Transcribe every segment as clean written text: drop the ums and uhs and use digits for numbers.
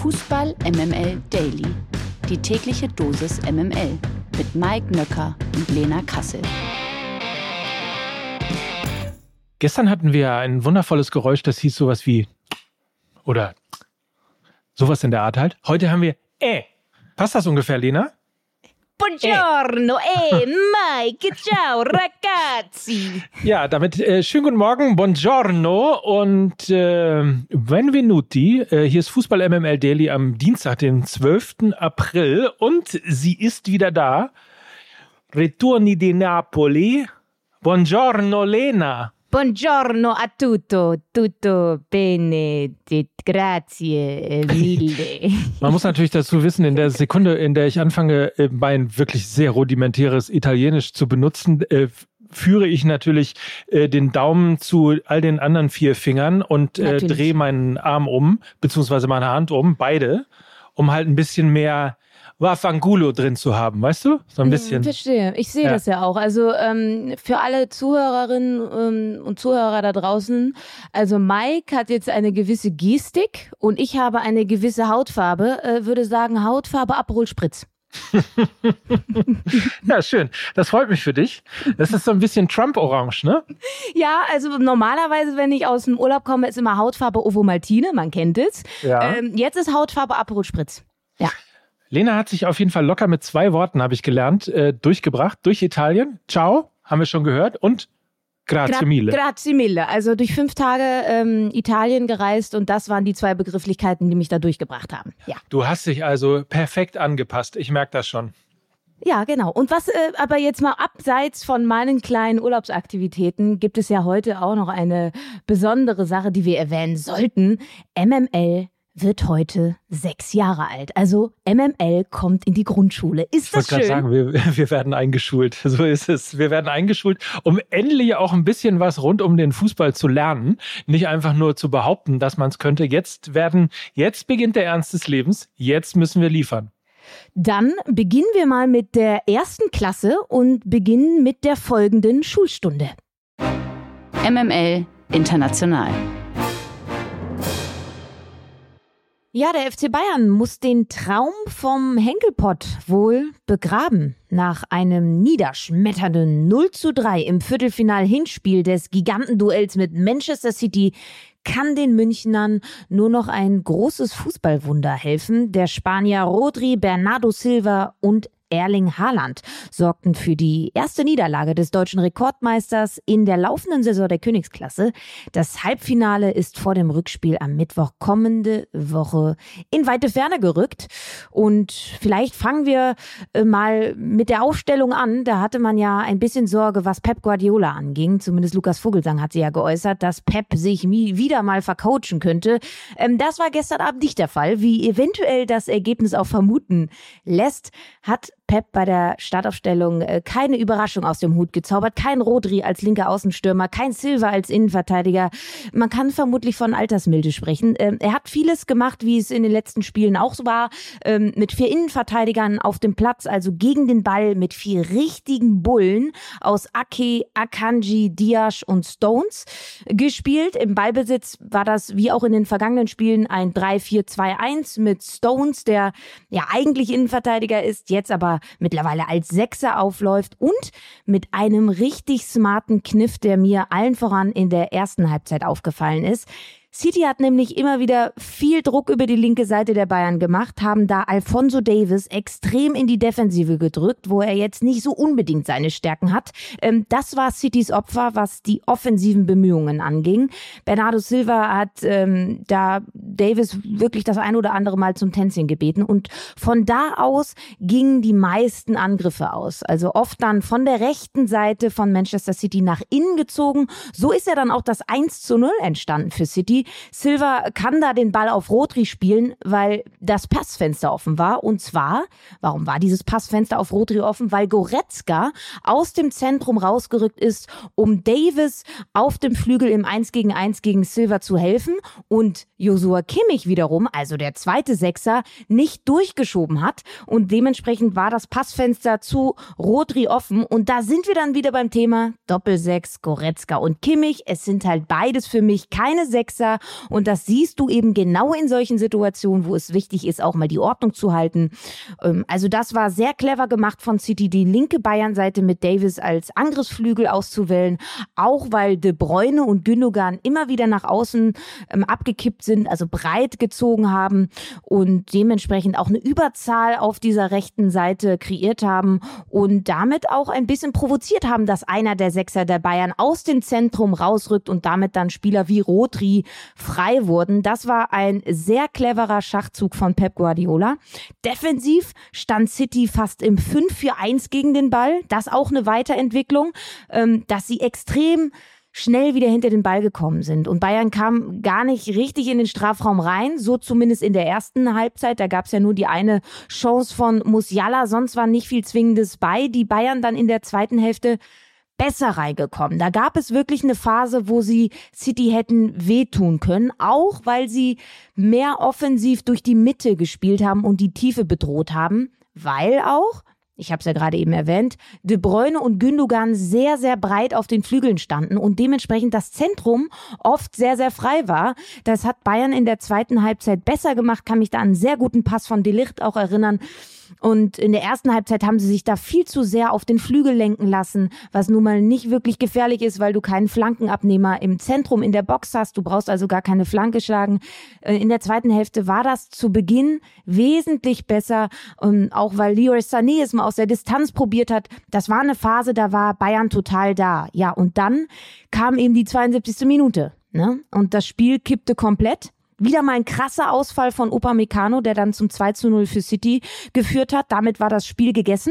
Fußball MML Daily. Die tägliche Dosis MML mit Mike Nöcker und Lena Kassel. Gestern hatten wir ein wundervolles Geräusch, das hieß sowas wie oder sowas in der Art halt. Heute haben wir Passt das ungefähr, Lena? Buongiorno, Mike, ciao ragazzi. Ja, damit schönen guten Morgen, buongiorno und benvenuti. Hier ist Fußball MML Daily am Dienstag, den 12. April und sie ist wieder da. Ritorni di Napoli. Buongiorno, Lena. Buongiorno a tutto bene, grazie mille. Man muss natürlich dazu wissen, in der Sekunde, in der ich anfange, mein wirklich sehr rudimentäres Italienisch zu benutzen, führe ich natürlich den Daumen zu all den anderen 4 Fingern und drehe meinen Arm um, beziehungsweise meine Hand um, beide, um halt ein bisschen mehr Vaffanculo drin zu haben, weißt du? So ein bisschen. Verstehe. Ich sehe das ja auch. Also für alle Zuhörerinnen und Zuhörer da draußen, also Mike hat jetzt eine gewisse Gestik und ich habe eine gewisse Hautfarbe, würde sagen Hautfarbe Aperol Spritz. Ja, schön. Das freut mich für dich. Das ist so ein bisschen Trump-Orange, ne? Ja, also normalerweise, wenn ich aus dem Urlaub komme, ist immer Hautfarbe Ovomaltine, man kennt es. Ja. Jetzt ist Hautfarbe Aperol Spritz. Ja. Lena hat sich auf jeden Fall locker mit 2 Worten, habe ich gelernt, durchgebracht, durch Italien. Ciao, haben wir schon gehört, und grazie mille. Grazie mille, also durch 5 Tage Italien gereist und das waren die 2 Begrifflichkeiten, die mich da durchgebracht haben. Ja. Du hast dich also perfekt angepasst, ich merke das schon. Ja, genau. Und was aber jetzt mal abseits von meinen kleinen Urlaubsaktivitäten, gibt es ja heute auch noch eine besondere Sache, die wir erwähnen sollten. MML wird heute 6 Jahre alt. Also MML kommt in die Grundschule. Ist das schön? Ich wollte gerade sagen, wir werden eingeschult. So ist es. Wir werden eingeschult, um endlich auch ein bisschen was rund um den Fußball zu lernen. Nicht einfach nur zu behaupten, dass man es könnte. Jetzt beginnt der Ernst des Lebens. Jetzt müssen wir liefern. Dann beginnen wir mal mit der 1. Klasse und beginnen mit der folgenden Schulstunde. MML International. Ja, der FC Bayern muss den Traum vom Henkelpott wohl begraben. Nach einem niederschmetternden 0:3 im Viertelfinal-Hinspiel des Gigantenduells mit Manchester City kann den Münchnern nur noch ein großes Fußballwunder helfen. Der Spanier Rodri, Bernardo Silva und Erling Haaland sorgten für die erste Niederlage des deutschen Rekordmeisters in der laufenden Saison der Königsklasse. Das Halbfinale ist vor dem Rückspiel am Mittwoch kommende Woche in weite Ferne gerückt. Und vielleicht fangen wir mal mit der Aufstellung an. Da hatte man ja ein bisschen Sorge, was Pep Guardiola anging. Zumindest Lukas Vogelsang hat sie ja geäußert, dass Pep sich wieder mal vercoachen könnte. Das war gestern Abend nicht der Fall. Wie eventuell das Ergebnis auch vermuten lässt, hat Pep bei der Startaufstellung keine Überraschung aus dem Hut gezaubert. Kein Rodri als linker Außenstürmer, kein Silva als Innenverteidiger. Man kann vermutlich von Altersmilde sprechen. Er hat vieles gemacht, wie es in den letzten Spielen auch so war, mit 4 Innenverteidigern auf dem Platz, also gegen den Ball mit 4 richtigen Bullen aus Ake, Akanji, Diash und Stones gespielt. Im Ballbesitz war das, wie auch in den vergangenen Spielen, ein 3-4-2-1 mit Stones, der ja eigentlich Innenverteidiger ist, jetzt aber mittlerweile als Sechser aufläuft und mit einem richtig smarten Kniff, der mir allen voran in der ersten Halbzeit aufgefallen ist. City hat nämlich immer wieder viel Druck über die linke Seite der Bayern gemacht, haben da Alphonso Davies extrem in die Defensive gedrückt, wo er jetzt nicht so unbedingt seine Stärken hat. Das war Citys Opfer, was die offensiven Bemühungen anging. Bernardo Silva hat da Davies wirklich das ein oder andere Mal zum Tänzchen gebeten und von da aus gingen die meisten Angriffe aus. Also oft dann von der rechten Seite von Manchester City nach innen gezogen. So ist ja dann auch das 1:0 entstanden für City. Silva kann da den Ball auf Rodri spielen, weil das Passfenster offen war. Und zwar, warum war dieses Passfenster auf Rodri offen? Weil Goretzka aus dem Zentrum rausgerückt ist, um Davies auf dem Flügel im 1-gegen-1 gegen Silva zu helfen und Joshua Kimmich wiederum, also der zweite Sechser, nicht durchgeschoben hat. Und dementsprechend war das Passfenster zu Rodri offen. Und da sind wir dann wieder beim Thema Doppelsechs, Goretzka und Kimmich. Es sind halt beides für mich keine Sechser. besser. Und das siehst du eben genau in solchen Situationen, wo es wichtig ist, auch mal die Ordnung zu halten. Also das war sehr clever gemacht von City, die linke Bayern-Seite mit Davies als Angriffsflügel auszuwählen, auch weil De Bruyne und Gündogan immer wieder nach außen abgekippt sind, also breit gezogen haben und dementsprechend auch eine Überzahl auf dieser rechten Seite kreiert haben und damit auch ein bisschen provoziert haben, dass einer der Sechser der Bayern aus dem Zentrum rausrückt und damit dann Spieler wie Rodri frei wurden. Das war ein sehr cleverer Schachzug von Pep Guardiola. Defensiv stand City fast im 5-4-1 gegen den Ball. Das auch eine Weiterentwicklung, dass sie extrem schnell wieder hinter den Ball gekommen sind. Und Bayern kam gar nicht richtig in den Strafraum rein, so zumindest in der ersten Halbzeit. Da gab es ja nur die eine Chance von Musiala, sonst war nicht viel Zwingendes bei. Die Bayern dann in der zweiten Hälfte besser reingekommen. Da gab es wirklich eine Phase, wo sie City hätten wehtun können, auch weil sie mehr offensiv durch die Mitte gespielt haben und die Tiefe bedroht haben, weil auch, ich habe es ja gerade eben erwähnt, De Bruyne und Gündogan sehr, sehr breit auf den Flügeln standen und dementsprechend das Zentrum oft sehr, sehr frei war. Das hat Bayern in der zweiten Halbzeit besser gemacht, kann mich da an einen sehr guten Pass von De Ligt auch erinnern. Und in der ersten Halbzeit haben sie sich da viel zu sehr auf den Flügel lenken lassen, was nun mal nicht wirklich gefährlich ist, weil du keinen Flankenabnehmer im Zentrum in der Box hast. Du brauchst also gar keine Flanke schlagen. In der zweiten Hälfte war das zu Beginn wesentlich besser, auch weil Leroy Sané es mal aus der Distanz probiert hat. Das war eine Phase, da war Bayern total da. Ja, und dann kam eben die 72. Minute, ne? Und das Spiel kippte komplett. Wieder mal ein krasser Ausfall von Upamecano, der dann zum 2:0 für City geführt hat. Damit war das Spiel gegessen.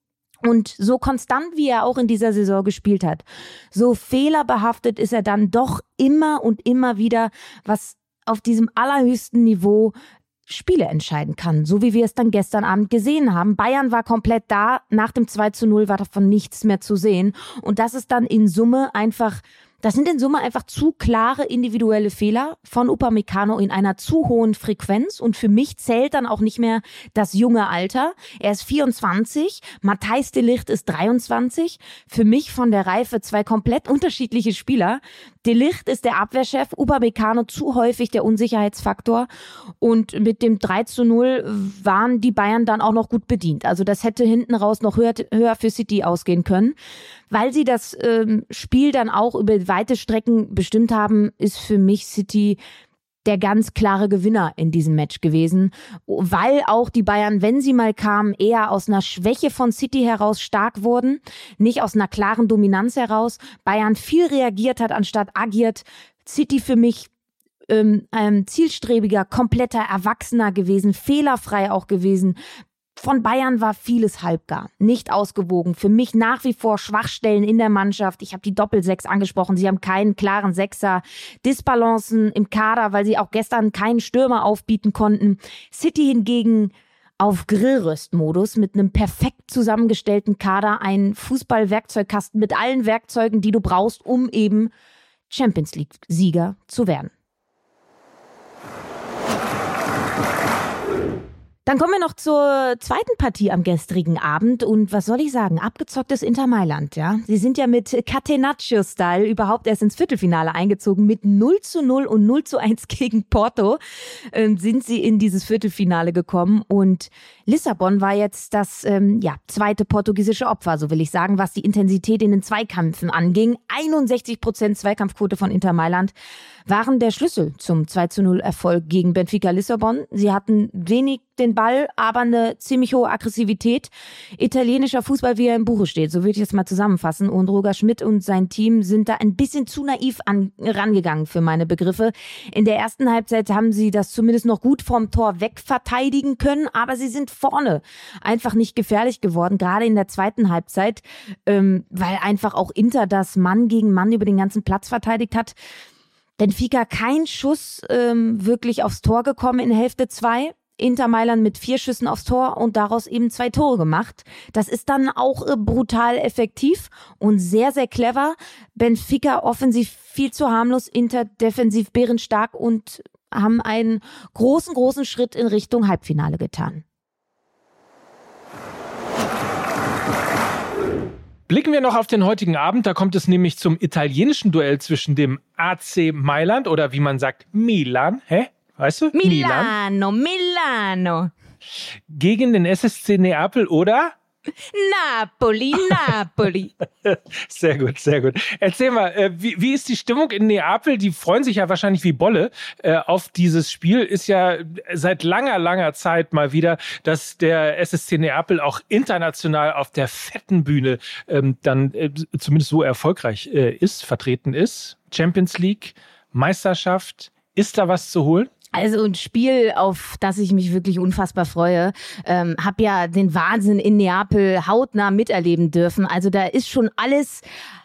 Und so konstant, wie er auch in dieser Saison gespielt hat, so fehlerbehaftet ist er dann doch immer und immer wieder, was auf diesem allerhöchsten Niveau Spiele entscheiden kann, so wie wir es dann gestern Abend gesehen haben. Bayern war komplett da, nach dem 2:0 war davon nichts mehr zu sehen. Und das ist dann in Summe einfach... Das sind in Summe einfach zu klare individuelle Fehler von Upamecano in einer zu hohen Frequenz und für mich zählt dann auch nicht mehr das junge Alter. Er ist 24, Matthijs de Ligt ist 23. Für mich von der Reife zwei komplett unterschiedliche Spieler. De Ligt ist der Abwehrchef, Upamecano zu häufig der Unsicherheitsfaktor und mit dem 3:0 waren die Bayern dann auch noch gut bedient. Also das hätte hinten raus noch höher für City ausgehen können. Weil sie das Spiel dann auch über weite Strecken bestimmt haben, ist für mich City der ganz klare Gewinner in diesem Match gewesen. Weil auch die Bayern, wenn sie mal kamen, eher aus einer Schwäche von City heraus stark wurden, nicht aus einer klaren Dominanz heraus. Bayern viel reagiert hat, anstatt agiert. City für mich zielstrebiger, kompletter Erwachsener gewesen, fehlerfrei auch gewesen. Von Bayern war vieles halbgar, nicht ausgewogen. Für mich nach wie vor Schwachstellen in der Mannschaft. Ich habe die Doppel-6 angesprochen. Sie haben keinen klaren Sechser. Disbalancen im Kader, weil sie auch gestern keinen Stürmer aufbieten konnten. City hingegen auf Grillröstmodus mit einem perfekt zusammengestellten Kader. Ein Fußball-Werkzeugkasten mit allen Werkzeugen, die du brauchst, um eben Champions-League-Sieger zu werden. Dann kommen wir noch zur zweiten Partie am gestrigen Abend und was soll ich sagen, abgezocktes Inter Mailand, ja. Sie sind ja mit Catenaccio-Style überhaupt erst ins Viertelfinale eingezogen. Mit 0:0 und 0:1 gegen Porto sind sie in dieses Viertelfinale gekommen und Lissabon war jetzt das zweite portugiesische Opfer, so will ich sagen, was die Intensität in den Zweikämpfen anging. 61% Zweikampfquote von Inter Mailand waren der Schlüssel zum 2:0 Erfolg gegen Benfica Lissabon. Sie hatten wenig den Ball, aber eine ziemlich hohe Aggressivität. Italienischer Fußball, wie er im Buche steht, so würde ich das mal zusammenfassen. Und Roger Schmidt und sein Team sind da ein bisschen zu naiv rangegangen für meine Begriffe. In der ersten Halbzeit haben sie das zumindest noch gut vom Tor wegverteidigen können, aber sie sind vorne einfach nicht gefährlich geworden, gerade in der zweiten Halbzeit, weil einfach auch Inter das Mann gegen Mann über den ganzen Platz verteidigt hat. Benfica kein Schuss wirklich aufs Tor gekommen in Hälfte 2. Inter Mailand mit 4 Schüssen aufs Tor und daraus eben 2 Tore gemacht. Das ist dann auch brutal effektiv und sehr, sehr clever. Benfica offensiv viel zu harmlos, Inter defensiv bärenstark und haben einen großen Schritt in Richtung Halbfinale getan. Blicken wir noch auf den heutigen Abend. Da kommt es nämlich zum italienischen Duell zwischen dem AC Mailand oder wie man sagt, Milan. Weißt du? Milano. Gegen den SSC Neapel oder? Napoli. Sehr gut, sehr gut. Erzähl mal, wie ist die Stimmung in Neapel? Die freuen sich ja wahrscheinlich wie Bolle auf dieses Spiel. Ist ja seit langer Zeit mal wieder, dass der SSC Neapel auch international auf der fetten Bühne dann zumindest so erfolgreich vertreten ist. Champions League, Meisterschaft, ist da was zu holen? Also ein Spiel, auf das ich mich wirklich unfassbar freue. Hab ja den Wahnsinn in Neapel hautnah miterleben dürfen. Also da ist schon alles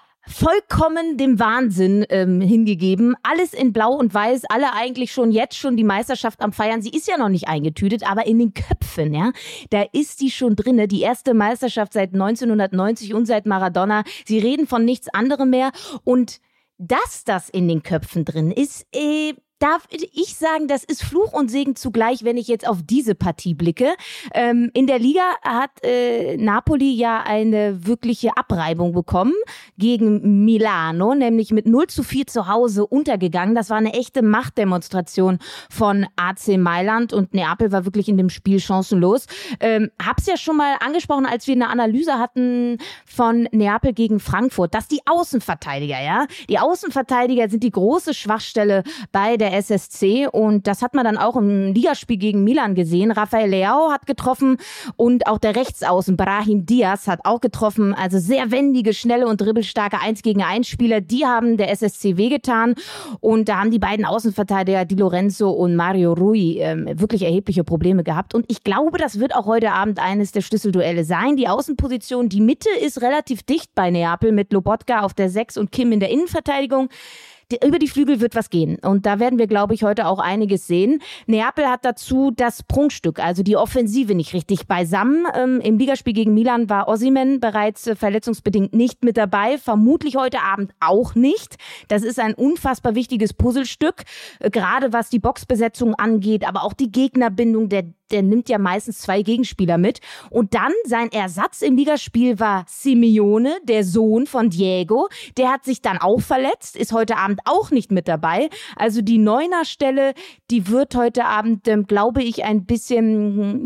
vollkommen dem Wahnsinn hingegeben. Alles in Blau und Weiß, alle eigentlich jetzt schon die Meisterschaft am Feiern. Sie ist ja noch nicht eingetütet, aber in den Köpfen, ja, da ist die schon drinne. Die erste Meisterschaft seit 1990 und seit Maradona. Sie reden von nichts anderem mehr. Und dass das in den Köpfen drin ist, darf ich sagen, das ist Fluch und Segen zugleich, wenn ich jetzt auf diese Partie blicke. In der Liga hat Napoli ja eine wirkliche Abreibung bekommen gegen Milano, nämlich mit 0:4 zu Hause untergegangen. Das war eine echte Machtdemonstration von AC Mailand und Neapel war wirklich in dem Spiel chancenlos. Hab's ja schon mal angesprochen, als wir eine Analyse hatten von Neapel gegen Frankfurt, dass die Außenverteidiger, die Außenverteidiger sind die große Schwachstelle bei der SSC und das hat man dann auch im Ligaspiel gegen Milan gesehen. Rafael Leao hat getroffen und auch der Rechtsaußen Brahim Diaz hat auch getroffen. Also sehr wendige, schnelle und dribbelstarke 1-gegen-1-Spieler, die haben der SSC wehgetan und da haben die beiden Außenverteidiger Di Lorenzo und Mario Rui wirklich erhebliche Probleme gehabt und ich glaube, das wird auch heute Abend eines der Schlüsselduelle sein. Die Außenposition, die Mitte ist relativ dicht bei Neapel mit Lobotka auf der 6 und Kim in der Innenverteidigung. Über die Flügel wird was gehen. Und da werden wir, glaube ich, heute auch einiges sehen. Neapel hat dazu das Prunkstück, also die Offensive nicht richtig beisammen. Im Ligaspiel gegen Milan war Osimhen bereits verletzungsbedingt nicht mit dabei. Vermutlich heute Abend auch nicht. Das ist ein unfassbar wichtiges Puzzlestück, gerade was die Boxbesetzung angeht, aber auch die Gegnerbindung, der nimmt ja meistens 2 Gegenspieler mit. Und dann sein Ersatz im Ligaspiel war Simeone, der Sohn von Diego. Der hat sich dann auch verletzt, ist heute Abend auch nicht mit dabei. Also die Neuner-Stelle, die wird heute Abend, glaube ich, ein bisschen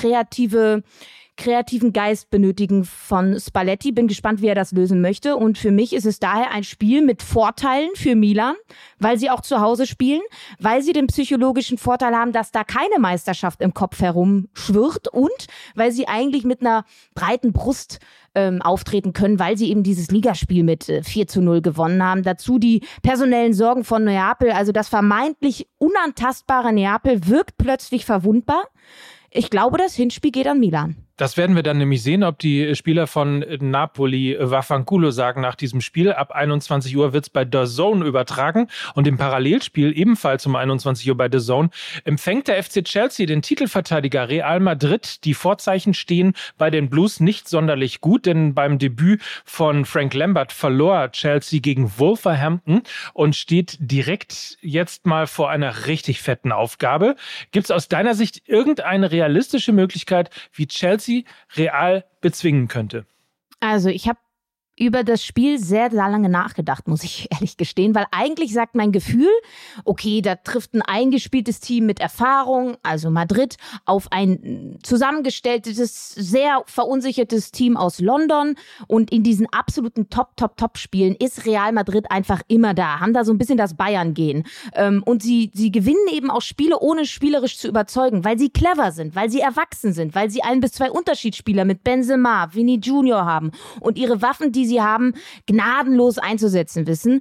kreativen Geist benötigen von Spalletti. Bin gespannt, wie er das lösen möchte. Und für mich ist es daher ein Spiel mit Vorteilen für Milan, weil sie auch zu Hause spielen, weil sie den psychologischen Vorteil haben, dass da keine Meisterschaft im Kopf herumschwirrt und weil sie eigentlich mit einer breiten Brust auftreten können, weil sie eben dieses Ligaspiel mit 4:0 gewonnen haben. Dazu die personellen Sorgen von Neapel, also das vermeintlich unantastbare Neapel wirkt plötzlich verwundbar. Ich glaube, das Hinspiel geht an Milan. Das werden wir dann nämlich sehen, ob die Spieler von Napoli Vaffanculo sagen nach diesem Spiel. Ab 21 Uhr wird es bei DAZN übertragen und im Parallelspiel ebenfalls um 21 Uhr bei DAZN empfängt der FC Chelsea den Titelverteidiger Real Madrid. Die Vorzeichen stehen bei den Blues nicht sonderlich gut, denn beim Debüt von Frank Lampard verlor Chelsea gegen Wolverhampton und steht direkt jetzt mal vor einer richtig fetten Aufgabe. Gibt es aus deiner Sicht irgendeine realistische Möglichkeit, wie Chelsea Real bezwingen könnte? Also ich habe über das Spiel sehr, sehr lange nachgedacht, muss ich ehrlich gestehen, weil eigentlich sagt mein Gefühl, okay, da trifft ein eingespieltes Team mit Erfahrung, also Madrid, auf ein zusammengestelltes, sehr verunsichertes Team aus London und in diesen absoluten Top-Spielen ist Real Madrid einfach immer da, haben da so ein bisschen das Bayern-Gehen und sie gewinnen eben auch Spiele, ohne spielerisch zu überzeugen, weil sie clever sind, weil sie erwachsen sind, weil sie 1 bis 2 Unterschiedsspieler mit Benzema, Vini Junior haben und ihre Waffen, die sie haben, gnadenlos einzusetzen wissen.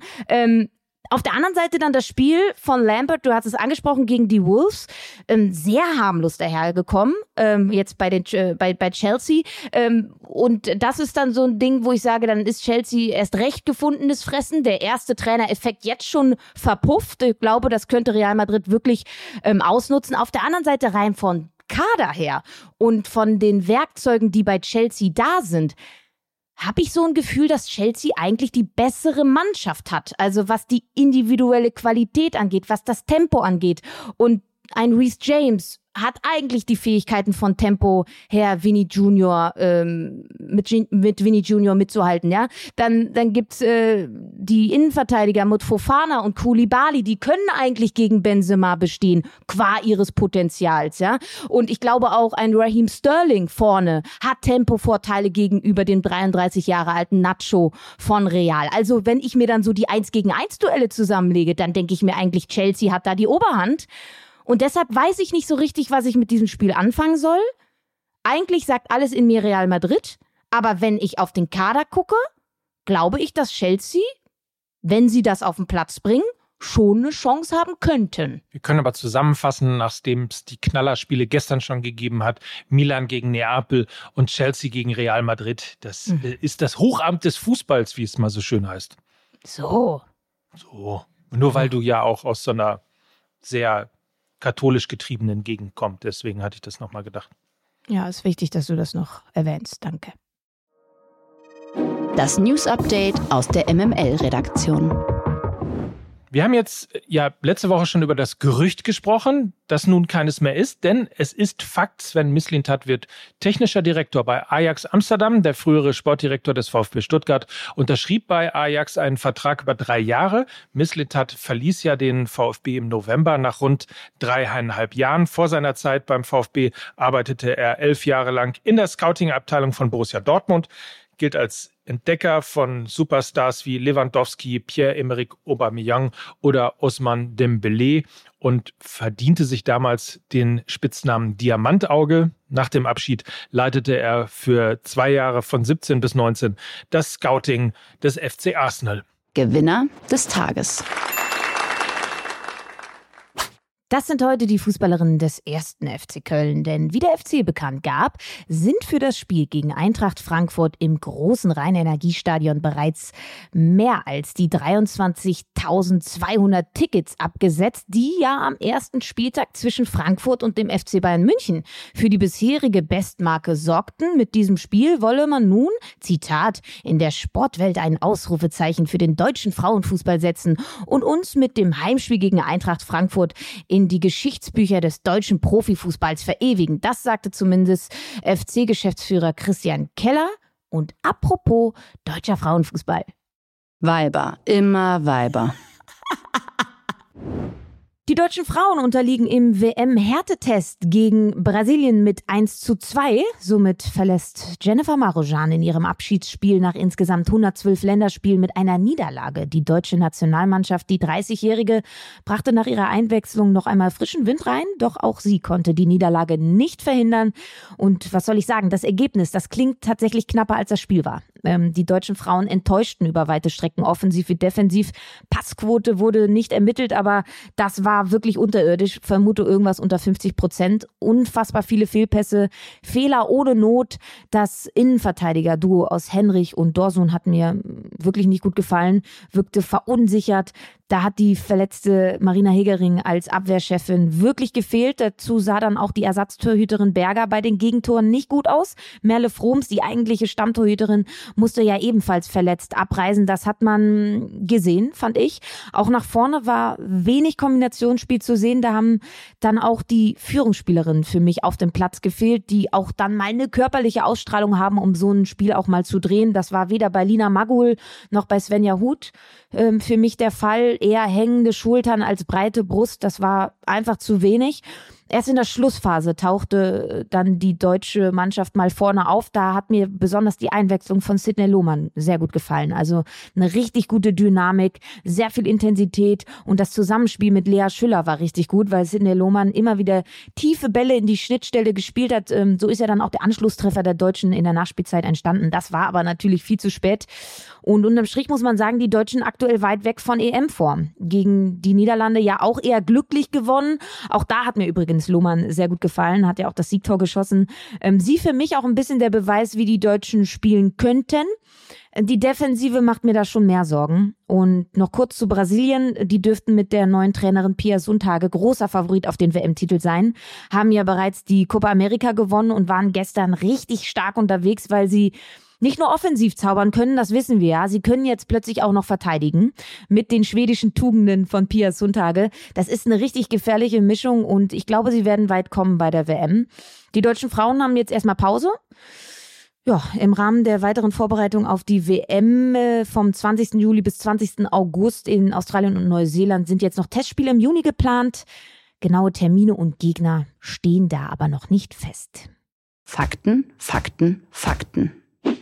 Auf der anderen Seite dann das Spiel von Lampard, du hast es angesprochen, gegen die Wolves, sehr harmlos dahergekommen, jetzt bei Chelsea. Und das ist dann so ein Ding, wo ich sage, dann ist Chelsea erst recht gefundenes Fressen. Der erste Trainereffekt jetzt schon verpufft. Ich glaube, das könnte Real Madrid wirklich ausnutzen. Auf der anderen Seite rein von Kader her und von den Werkzeugen, die bei Chelsea da sind, habe ich so ein Gefühl, dass Chelsea eigentlich die bessere Mannschaft hat. Also was die individuelle Qualität angeht, was das Tempo angeht. Und ein Reece James hat eigentlich die Fähigkeiten von Tempo her, Vinny Junior mit Vinny Junior mitzuhalten, ja. Dann gibt's die Innenverteidiger mit Fofana und Koulibaly, die können eigentlich gegen Benzema bestehen, qua ihres Potenzials, ja. Und ich glaube auch ein Raheem Sterling vorne hat Tempovorteile gegenüber den 33 Jahre alten Nacho von Real. Also wenn ich mir dann so die 1-gegen-1 Duelle zusammenlege, dann denke ich mir eigentlich, Chelsea hat da die Oberhand. Und deshalb weiß ich nicht so richtig, was ich mit diesem Spiel anfangen soll. Eigentlich sagt alles in mir Real Madrid. Aber wenn ich auf den Kader gucke, glaube ich, dass Chelsea, wenn sie das auf den Platz bringen, schon eine Chance haben könnten. Wir können aber zusammenfassen, nachdem es die Knallerspiele gestern schon gegeben hat, Milan gegen Neapel und Chelsea gegen Real Madrid. Das ist das Hochamt des Fußballs, wie es mal so schön heißt. So. Nur weil du ja auch aus so einer sehr katholisch getriebenen Gegend kommt. Deswegen hatte ich das nochmal gedacht. Ja, ist wichtig, dass du das noch erwähnst. Danke. Das News Update aus der MML-Redaktion. Wir haben jetzt ja letzte Woche schon über das Gerücht gesprochen, das nun keines mehr ist, denn es ist Fakt, Sven Mislintat wird technischer Direktor bei Ajax Amsterdam. Der frühere Sportdirektor des VfB Stuttgart unterschrieb bei Ajax einen Vertrag über 3 Jahre. Mislintat verließ ja den VfB im November nach rund 3,5 Jahren. Vor seiner Zeit beim VfB arbeitete er 11 Jahre lang in der Scouting-Abteilung von Borussia Dortmund, gilt als Entdecker von Superstars wie Lewandowski, Pierre-Emerick Aubameyang oder Ousmane Dembélé und verdiente sich damals den Spitznamen Diamantauge. Nach dem Abschied leitete er für 2 Jahre von 17 bis 19 das Scouting des FC Arsenal. Gewinner des Tages. Das sind heute die Fußballerinnen des 1. FC Köln, denn wie der FC bekannt gab, sind für das Spiel gegen Eintracht Frankfurt im großen Rhein-Energiestadion bereits mehr als die 23.200 Tickets abgesetzt, die ja am ersten Spieltag zwischen Frankfurt und dem FC Bayern München für die bisherige Bestmarke sorgten. Mit diesem Spiel wolle man nun, Zitat, in der Sportwelt ein Ausrufezeichen für den deutschen Frauenfußball setzen und uns mit dem Heimspiel gegen Eintracht Frankfurt in die Geschichtsbücher des deutschen Profifußballs verewigen. Das sagte zumindest FC-Geschäftsführer Christian Keller. Und apropos deutscher Frauenfußball. Weiber, immer Weiber. Die deutschen Frauen unterliegen im WM-Härtetest gegen Brasilien mit 1:2. Somit verlässt Jennifer Marujan in ihrem Abschiedsspiel nach insgesamt 112 Länderspielen mit einer Niederlage die deutsche Nationalmannschaft. Die 30-Jährige brachte nach ihrer Einwechslung noch einmal frischen Wind rein, doch auch sie konnte die Niederlage nicht verhindern. Und was soll ich sagen, das Ergebnis, das klingt tatsächlich knapper als das Spiel war. Die deutschen Frauen enttäuschten über weite Strecken, offensiv wie defensiv. Passquote wurde nicht ermittelt, aber das war wirklich unterirdisch. Vermute irgendwas unter 50%. Unfassbar viele Fehlpässe, Fehler ohne Not. Das Innenverteidiger-Duo aus Henrich und Dorsun hat mir wirklich nicht gut gefallen, wirkte verunsichert. Da hat die verletzte Marina Hegering als Abwehrchefin wirklich gefehlt. Dazu sah dann auch die Ersatztorhüterin Berger bei den Gegentoren nicht gut aus. Merle Froms, die eigentliche Stammtorhüterin, musste ja ebenfalls verletzt abreisen. Das hat man gesehen, fand ich. Auch nach vorne war wenig Kombinationsspiel zu sehen. Da haben dann auch die Führungsspielerinnen für mich auf dem Platz gefehlt, die auch dann mal eine körperliche Ausstrahlung haben, um so ein Spiel auch mal zu drehen. Das war weder bei Lina Magull noch bei Svenja Huth für mich der Fall. Eher hängende Schultern als breite Brust. Das war einfach zu wenig. Erst in der Schlussphase tauchte dann die deutsche Mannschaft mal vorne auf. Da hat mir besonders die Einwechslung von Sidney Lohmann sehr gut gefallen. Also eine richtig gute Dynamik, sehr viel Intensität und das Zusammenspiel mit Lea Schüller war richtig gut, weil Sidney Lohmann immer wieder tiefe Bälle in die Schnittstelle gespielt hat. So ist ja dann auch der Anschlusstreffer der Deutschen in der Nachspielzeit entstanden. Das war aber natürlich viel zu spät. Und unterm Strich muss man sagen, die Deutschen aktuell weit weg von EM-Form. Gegen die Niederlande ja auch eher glücklich gewonnen. Auch da hat mir übrigens Lohmann sehr gut gefallen, hat ja auch das Siegtor geschossen. Sie für mich auch ein bisschen der Beweis, wie die Deutschen spielen könnten. Die Defensive macht mir da schon mehr Sorgen. Und noch kurz zu Brasilien. Die dürften mit der neuen Trainerin Pia Sundhage großer Favorit auf den WM-Titel sein. Haben ja bereits die Copa America gewonnen und waren gestern richtig stark unterwegs, weil sie nicht nur offensiv zaubern können, das wissen wir ja. Sie können jetzt plötzlich auch noch verteidigen mit den schwedischen Tugenden von Pia Sundhage. Das ist eine richtig gefährliche Mischung und ich glaube, sie werden weit kommen bei der WM. Die deutschen Frauen haben jetzt erstmal Pause. Ja, im Rahmen der weiteren Vorbereitung auf die WM vom 20. Juli bis 20. August in Australien und Neuseeland sind jetzt noch Testspiele im Juni geplant. Genaue Termine und Gegner stehen da aber noch nicht fest. Fakten, Fakten, Fakten.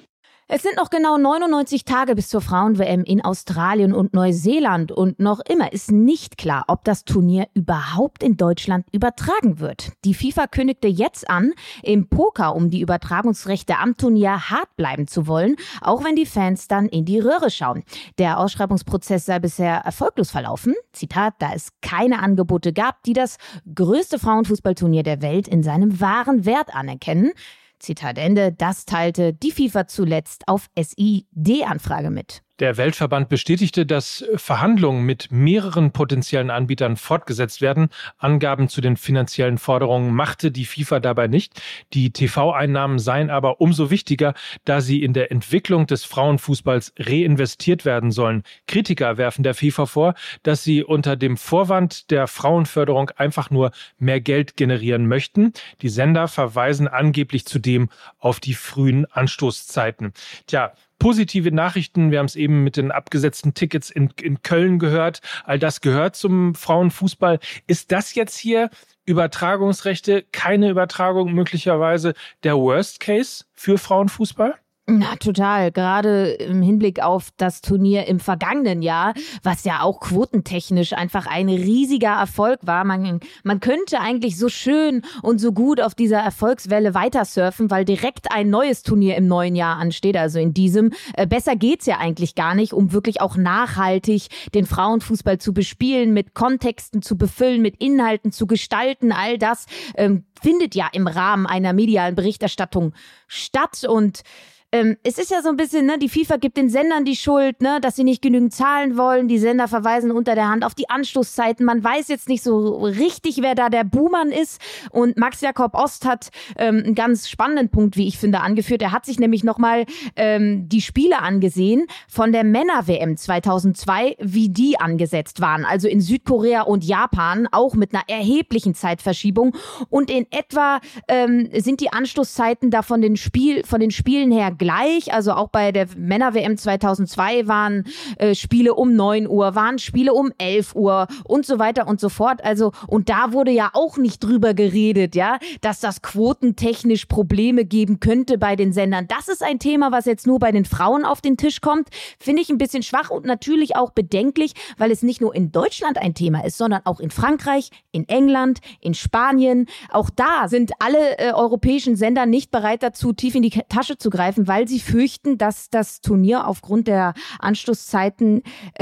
Es sind noch genau 99 Tage bis zur Frauen-WM in Australien und Neuseeland und noch immer ist nicht klar, ob das Turnier überhaupt in Deutschland übertragen wird. Die FIFA kündigte jetzt an, im Poker um die Übertragungsrechte am Turnier hart bleiben zu wollen, auch wenn die Fans dann in die Röhre schauen. Der Ausschreibungsprozess sei bisher erfolglos verlaufen. Zitat, da es keine Angebote gab, die das größte Frauenfußballturnier der Welt in seinem wahren Wert anerkennen. Zitat Ende, das teilte die FIFA zuletzt auf SID-Anfrage mit. Der Weltverband bestätigte, dass Verhandlungen mit mehreren potenziellen Anbietern fortgesetzt werden. Angaben zu den finanziellen Forderungen machte die FIFA dabei nicht. Die TV-Einnahmen seien aber umso wichtiger, da sie in der Entwicklung des Frauenfußballs reinvestiert werden sollen. Kritiker werfen der FIFA vor, dass sie unter dem Vorwand der Frauenförderung einfach nur mehr Geld generieren möchten. Die Sender verweisen angeblich zudem auf die frühen Anstoßzeiten. Tja, positive Nachrichten, wir haben es eben mit den abgesetzten Tickets in Köln gehört. All das gehört zum Frauenfußball. Ist das jetzt hier Übertragungsrechte, keine Übertragung möglicherweise der Worst Case für Frauenfußball? Na, total. Gerade im Hinblick auf das Turnier im vergangenen Jahr, was ja auch quotentechnisch einfach ein riesiger Erfolg war. Man könnte eigentlich so schön und so gut auf dieser Erfolgswelle weiter surfen, weil direkt ein neues Turnier im neuen Jahr ansteht, also in diesem. Besser geht's ja eigentlich gar nicht, um wirklich auch nachhaltig den Frauenfußball zu bespielen, mit Kontexten zu befüllen, mit Inhalten zu gestalten. All das findet ja im Rahmen einer medialen Berichterstattung statt und es ist ja so ein bisschen, ne, die FIFA gibt den Sendern die Schuld, ne, dass sie nicht genügend zahlen wollen. Die Sender verweisen unter der Hand auf die Anstoßzeiten. Man weiß jetzt nicht so richtig, wer da der Buhmann ist. Und Max Jakob Ost hat einen ganz spannenden Punkt, wie ich finde, angeführt. Er hat sich nämlich nochmal die Spiele angesehen von der Männer-WM 2002, wie die angesetzt waren. Also in Südkorea und Japan, auch mit einer erheblichen Zeitverschiebung. Und in etwa sind die Anstoßzeiten da von den Spielen her gleich, also auch bei der Männer-WM 2002 waren Spiele um 9 Uhr, waren Spiele um 11 Uhr und so weiter und so fort. Also, und da wurde ja auch nicht drüber geredet, ja, dass das quotentechnisch Probleme geben könnte bei den Sendern. Das ist ein Thema, was jetzt nur bei den Frauen auf den Tisch kommt. Finde ich ein bisschen schwach und natürlich auch bedenklich, weil es nicht nur in Deutschland ein Thema ist, sondern auch in Frankreich, in England, in Spanien. Auch da sind alle europäischen Sender nicht bereit dazu, tief in die Tasche zu greifen, weil sie fürchten, dass das Turnier aufgrund der Anstoßzeiten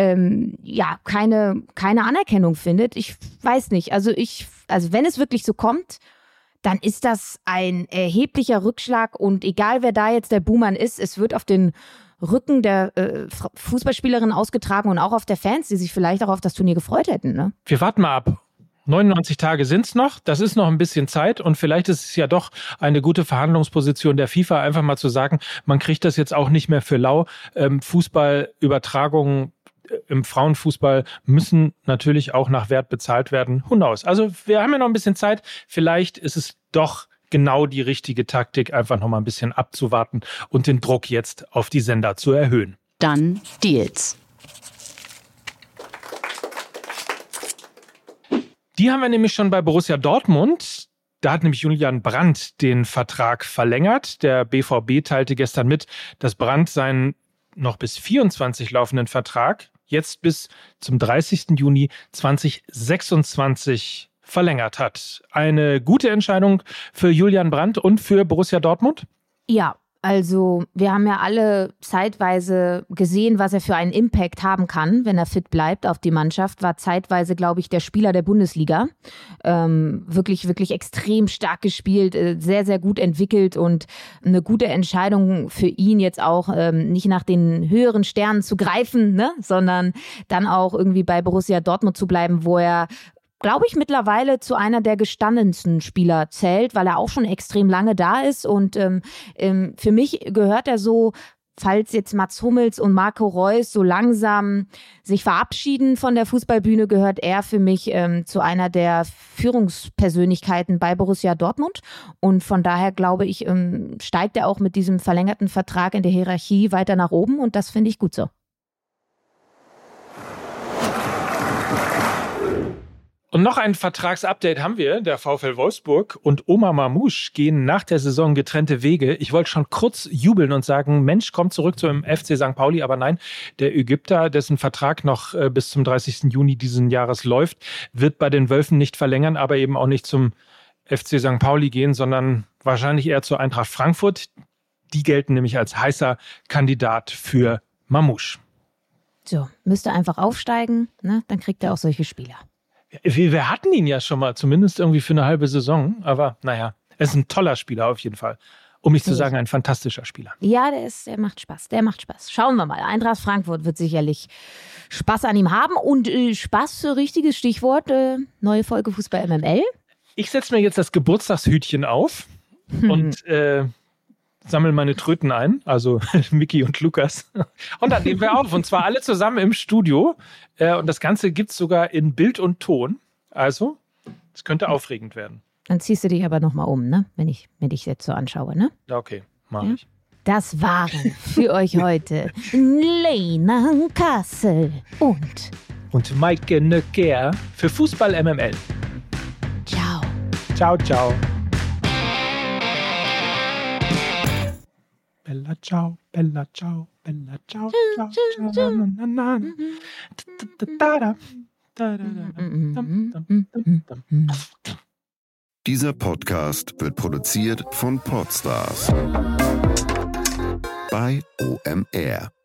keine Anerkennung findet. Ich weiß nicht. Also wenn es wirklich so kommt, dann ist das ein erheblicher Rückschlag und egal wer da jetzt der Buhmann ist, es wird auf den Rücken der Fußballspielerin ausgetragen und auch auf der Fans, die sich vielleicht auch auf das Turnier gefreut hätten. Ne? Wir warten mal ab. 99 Tage sind's noch, das ist noch ein bisschen Zeit und vielleicht ist es ja doch eine gute Verhandlungsposition der FIFA, einfach mal zu sagen, man kriegt das jetzt auch nicht mehr für lau. Fußballübertragungen im Frauenfußball müssen natürlich auch nach Wert bezahlt werden. Who knows? Also wir haben ja noch ein bisschen Zeit, vielleicht ist es doch genau die richtige Taktik, einfach noch mal ein bisschen abzuwarten und den Druck jetzt auf die Sender zu erhöhen. Dann Deals. Die haben wir nämlich schon bei Borussia Dortmund. Da hat nämlich Julian Brandt den Vertrag verlängert. Der BVB teilte gestern mit, dass Brandt seinen noch bis 24 laufenden Vertrag jetzt bis zum 30. Juni 2026 verlängert hat. Eine gute Entscheidung für Julian Brandt und für Borussia Dortmund? Ja. Also wir haben ja alle zeitweise gesehen, was er für einen Impact haben kann, wenn er fit bleibt auf die Mannschaft. War zeitweise, glaube ich, der Spieler der Bundesliga. Wirklich, wirklich extrem stark gespielt, sehr, sehr gut entwickelt und eine gute Entscheidung für ihn jetzt auch, nicht nach den höheren Sternen zu greifen, ne, sondern dann auch irgendwie bei Borussia Dortmund zu bleiben, wo er glaube ich, mittlerweile zu einer der gestandensten Spieler zählt, weil er auch schon extrem lange da ist. Und für mich gehört er so, falls jetzt Mats Hummels und Marco Reus so langsam sich verabschieden von der Fußballbühne, gehört er für mich zu einer der Führungspersönlichkeiten bei Borussia Dortmund. Und von daher, glaube ich, steigt er auch mit diesem verlängerten Vertrag in der Hierarchie weiter nach oben. Und das finde ich gut so. Und noch ein Vertragsupdate haben wir. Der VfL Wolfsburg und Omar Mamouche gehen nach der Saison getrennte Wege. Ich wollte schon kurz jubeln und sagen, Mensch, kommt zurück zum FC St. Pauli. Aber nein, der Ägypter, dessen Vertrag noch bis zum 30. Juni diesen Jahres läuft, wird bei den Wölfen nicht verlängern, aber eben auch nicht zum FC St. Pauli gehen, sondern wahrscheinlich eher zur Eintracht Frankfurt. Die gelten nämlich als heißer Kandidat für Mamouche. So, müsste einfach aufsteigen, ne? Dann kriegt er auch solche Spieler. Wir hatten ihn ja schon mal, zumindest irgendwie für eine halbe Saison. Aber naja, er ist ein toller Spieler auf jeden Fall. Um nicht zu sagen, ein fantastischer Spieler. Ja, der macht Spaß. Schauen wir mal. Eintracht Frankfurt wird sicherlich Spaß an ihm haben. Und Spaß, richtiges Stichwort, neue Folge Fußball MML. Ich setze mir jetzt das Geburtstagshütchen auf und sammle meine Tröten ein, also Micky und Lukas. Und dann nehmen wir auf, und zwar alle zusammen im Studio. Und das Ganze gibt es sogar in Bild und Ton. Also, es könnte aufregend werden. Dann ziehst du dich aber nochmal um, ne? Wenn ich mir dich jetzt so anschaue, ne? Ja, okay, mach ich. Das waren für euch heute Lena Kassel und Maike Nöcker für Fußball MML. Ciao. Ciao, ciao. Bella ciao, bella ciao, bella ciao, ciao, ciao, na, na, na. Dieser Podcast wird produziert von Podstars bei OMR.